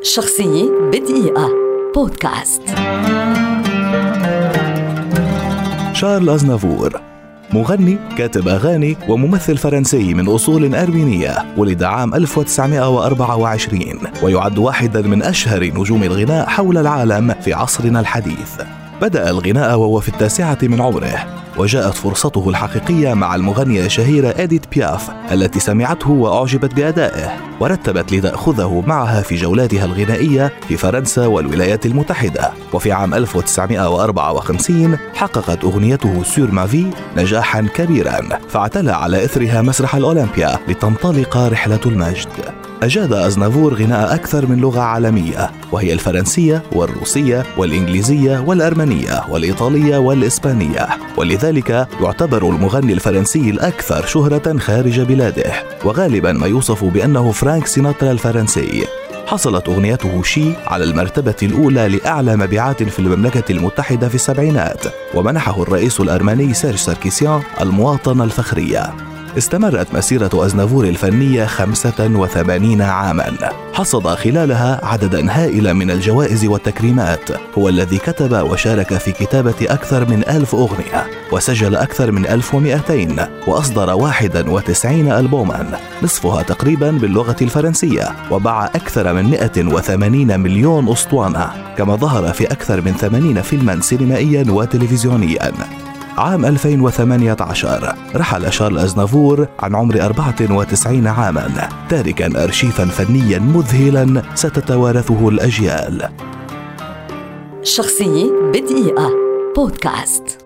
شخصية بدقيقة بودكاست. شارل أزنافور مغني، كاتب أغاني وممثل فرنسي من أصول أرمينية. ولد عام 1924 ويعد واحدا من أشهر نجوم الغناء حول العالم في عصرنا الحديث. بدأ الغناء وهو في 9 من عمره، وجاءت فرصته الحقيقية مع المغنية الشهيرة إديث بياف التي سمعته وأعجبت بأدائه، ورتبت لتأخذه معها في جولاتها الغنائية في فرنسا والولايات المتحدة. وفي عام 1954 حققت أغنيته سور ما في نجاحا كبيرا، فاعتلى على إثرها مسرح الأولمبيا لتنطلق رحلة المجد. أجاد أزنافور غناء أكثر من لغة عالمية، وهي الفرنسية والروسية والإنجليزية والأرمنية والإيطالية والإسبانية، ولذلك يعتبر المغني الفرنسي الأكثر شهرة خارج بلاده، وغالبا ما يوصف بأنه فرانك سيناترا الفرنسي. حصلت أغنيته شي على المرتبة الأولى لأعلى مبيعات في المملكة المتحدة في السبعينات، ومنحه الرئيس الأرمني سيرج ساركيسيان المواطنة الفخرية. استمرت مسيرة أزنافور الفنية 85 عاما، حصد خلالها عددا هائلا من الجوائز والتكريمات. هو الذي كتب وشارك في كتابة أكثر من 1000 أغنية، وسجل أكثر من 1200، وأصدر 91 ألبوما، نصفها تقريبا باللغة الفرنسية، وباع أكثر من 180 مليون أسطوانة، كما ظهر في أكثر من 80 فيلما سينمائيا وتلفزيونيا. عام 2018 رحل شارل أزنافور عن عمر 94 عاما، تاركا أرشيفا فنيا مذهلا ستتوارثه الأجيال. شخصية بدقيقة بودكاست.